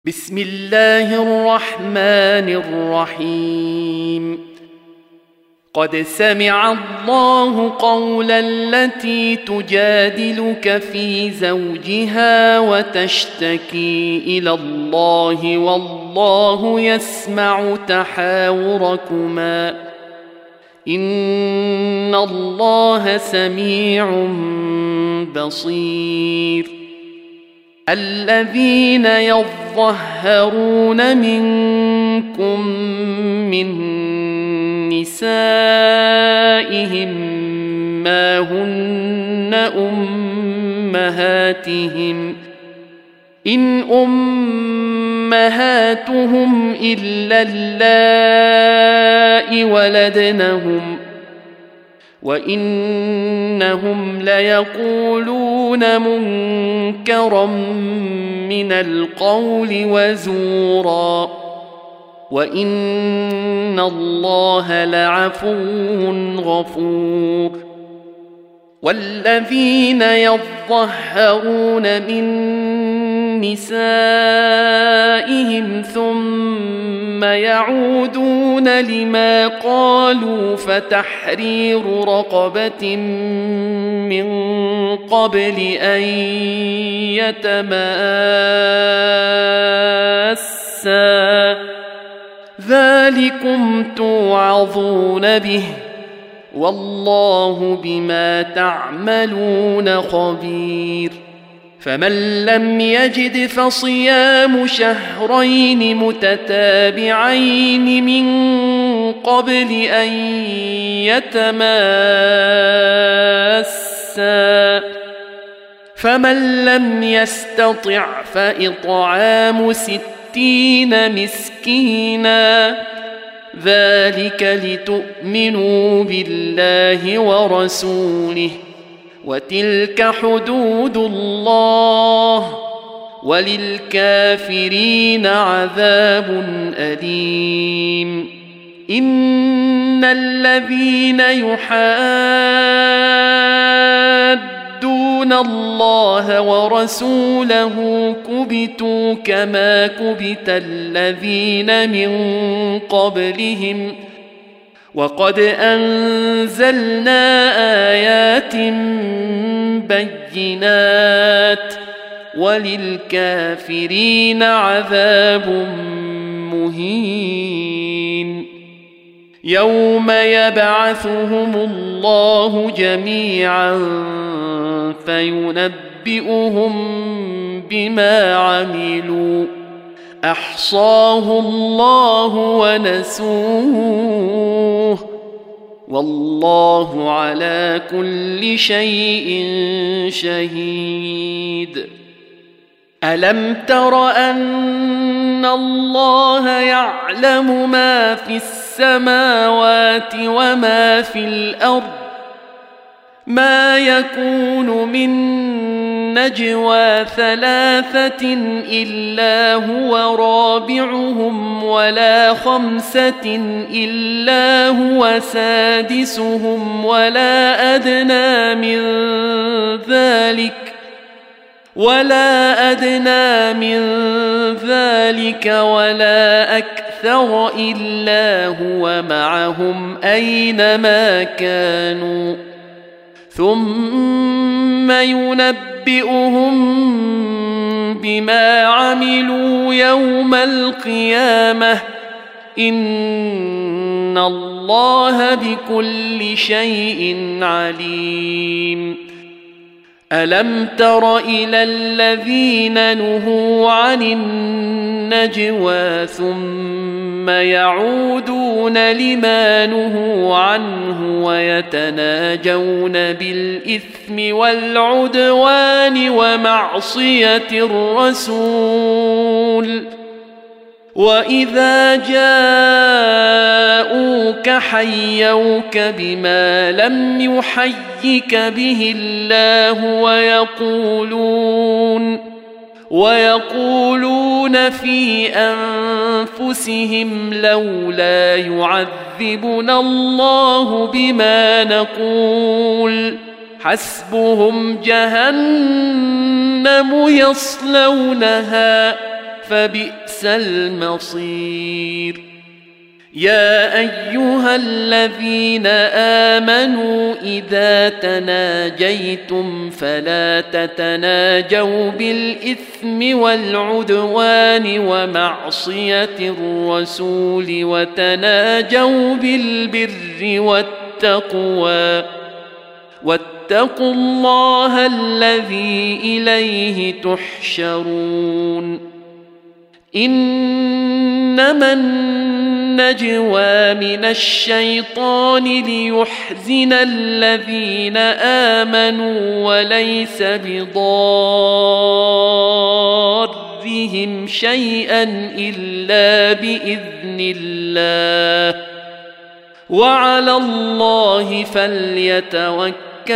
بسم الله الرحمن الرحيم. قد سمع الله قول التي تجادلك في زوجها وتشتكي إلى الله والله يسمع تحاوركما إن الله سميع بصير. الذين يظهرون منكم من نسائهم ما هن أمهاتهم إن أمهاتهم إلا اللائي ولدنهم وإنهم ليقولون منكرا من القول وزورا وإن الله لعفو غفور. والذين يظهرون من نسائهم ثم يعودون لما قالوا فتحرير رقبة من قبل أن يتماسا ذلكم توعظون به والله بما تعملون خبير. فمن لم يجد فصيام شهرين متتابعين من قبل أن يتماسا فمن لم يستطع فإطعام 60 مسكينا ذلك لتؤمنوا بالله ورسوله وتلك حدود الله وللكافرين عذاب أليم. إن الذين يحادون الله ورسوله كبتوا كما كبت الذين من قبلهم وقد أنزلنا آيات بينات وللكافرين عذاب مهين. يوم يبعثهم الله جميعا فينبئهم بما عملوا أحصاه الله ونسوه والله على كل شيء شهيد. ألم تر أن الله يعلم ما في السماوات وما في الأرض ما يكون من نجوى 3 إلا هو رابعهم ولا 5 إلا هو سادسهم ولا أدنى من ذلك ولا أكثر إلا هو معهم أينما كانوا ثم ينبئهم بما عملوا يوم القيامة إن الله بكل شيء عليم. ألم تر إلى الذين نهوا عن النجوى ثم يعودون لما نهوا عنه ويتناجون بالإثم والعدوان ومعصية الرسول وإذا جاءوك حيوك بما لم يحيك به الله ويقولون في أنفسهم لولا يعذبنا الله بما نقول حسبهم جهنم يصلونها فبئس المصير. يا أيها الذين آمنوا إذا تناجيتم فلا تتناجوا بالإثم والعدوان ومعصية الرسول وتناجوا بالبر والتقوى واتقوا الله الذي إليه تحشرون. إنما النجوى من الشيطان ليحزن الذين آمنوا وليس بضارهم شيئا إلا بإذن الله وعلى الله فليتوكل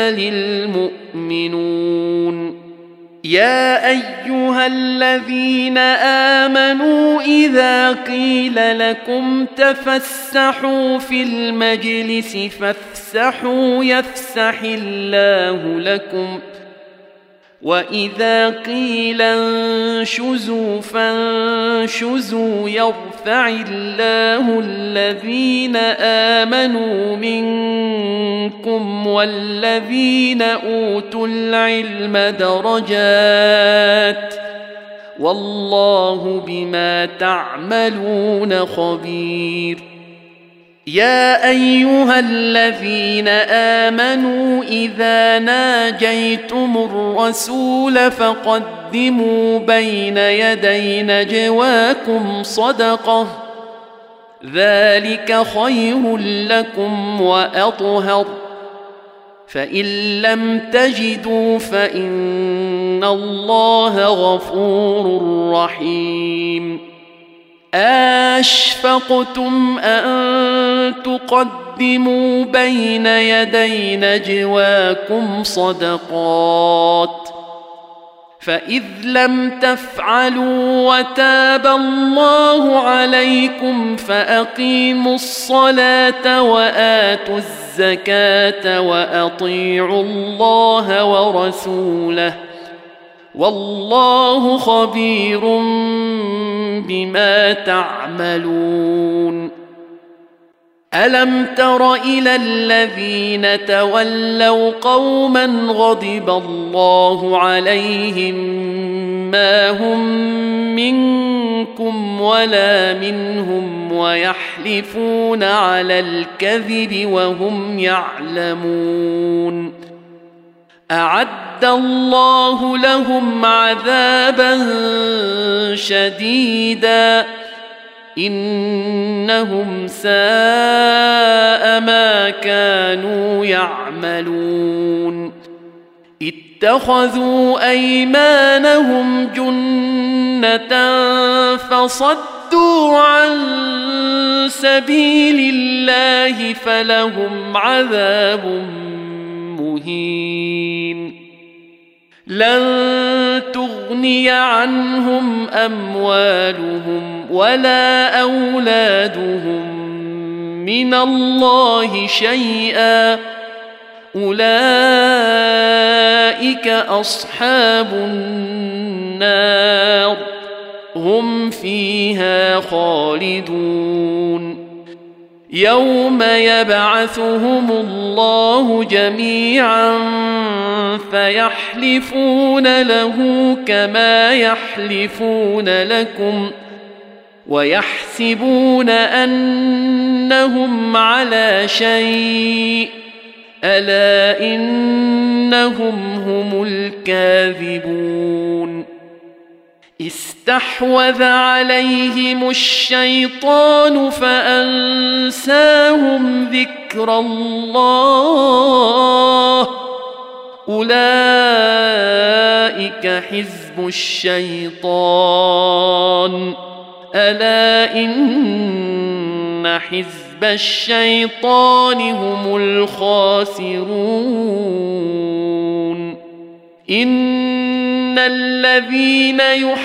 المؤمنون. يا أيها الذين آمنوا إذا قيل لكم تفسحوا في المجلس فافسحوا يفسح الله لكم وإذا قيل انشزوا فانشزوا يرفع الله الذين آمنوا منكم والذين أوتوا العلم درجات والله بما تعملون خبير. يا أيها الذين آمنوا إذا ناجيتم الرسول فقدموا بين يدي نجواكم صدقة ذلك خير لكم وأطهر فإن لم تجدوا فإن الله غفور رحيم. أشفقتم أن تقدموا بين يدي نجواكم صدقات فإذ لم تفعلوا وتاب الله عليكم فأقيموا الصلاة وآتوا الزكاة وأطيعوا الله ورسوله والله خبير بما تعملون. ألم تر إلى الذين تولوا قوما غضب الله عليهم ما هم منكم ولا منهم ويحلفون على الكذب وهم يعلمون أعد الله لهم عذابا شديدا إنهم ساء ما كانوا يعملون. اتخذوا أيمانهم جنة فصدوا عن سبيل الله فلهم عذاب مهين. لن تغني عنهم أموالهم ولا أولادهم من الله شيئا أولئك أصحاب النار هم فيها خالدون. يوم يبعثهم الله جميعا فيحلفون له كما يحلفون لكم ويحسبون أنهم على شيء ألا إنهم هم الكاذبون. استحوذ عليهم الشيطان فأنساهم ذكر الله أولئك حزب الشيطان ألا إن حزب الشيطان هم الخاسرون. إن الذين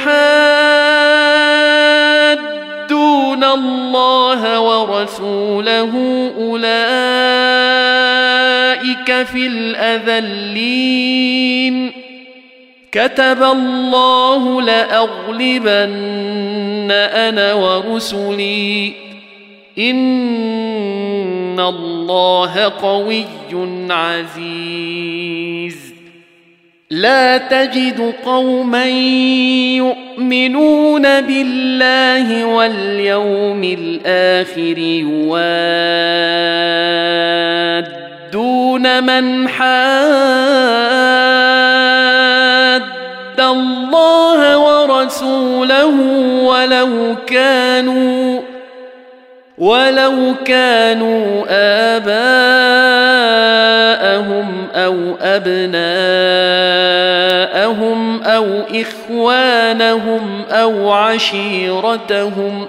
يحادون الله ورسوله أولئك في الأذلين كتب الله لأغلبن أنا ورسلي إن الله قوي عزيز لا تجد قوما يؤمنون بالله واليوم الآخر يوادون من حاد الله ورسوله ولو كانوا آباءهم أو أبناءهم أو إخوانهم أو عشيرتهم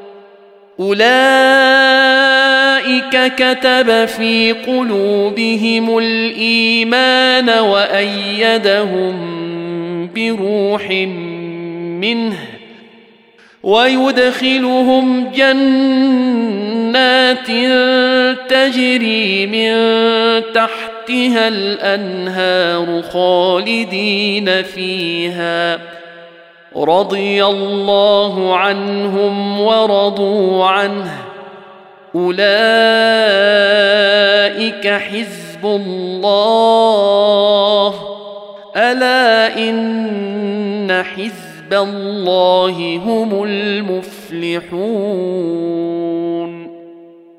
أولئك كتب في قلوبهم الإيمان وأيدهم بروح منه ويدخلهم جنات تجري من تحتها الأنهار خالدين فيها رضي الله عنهم ورضوا عنه أولئك حزب الله ألا إن حزب الله هم المفلحون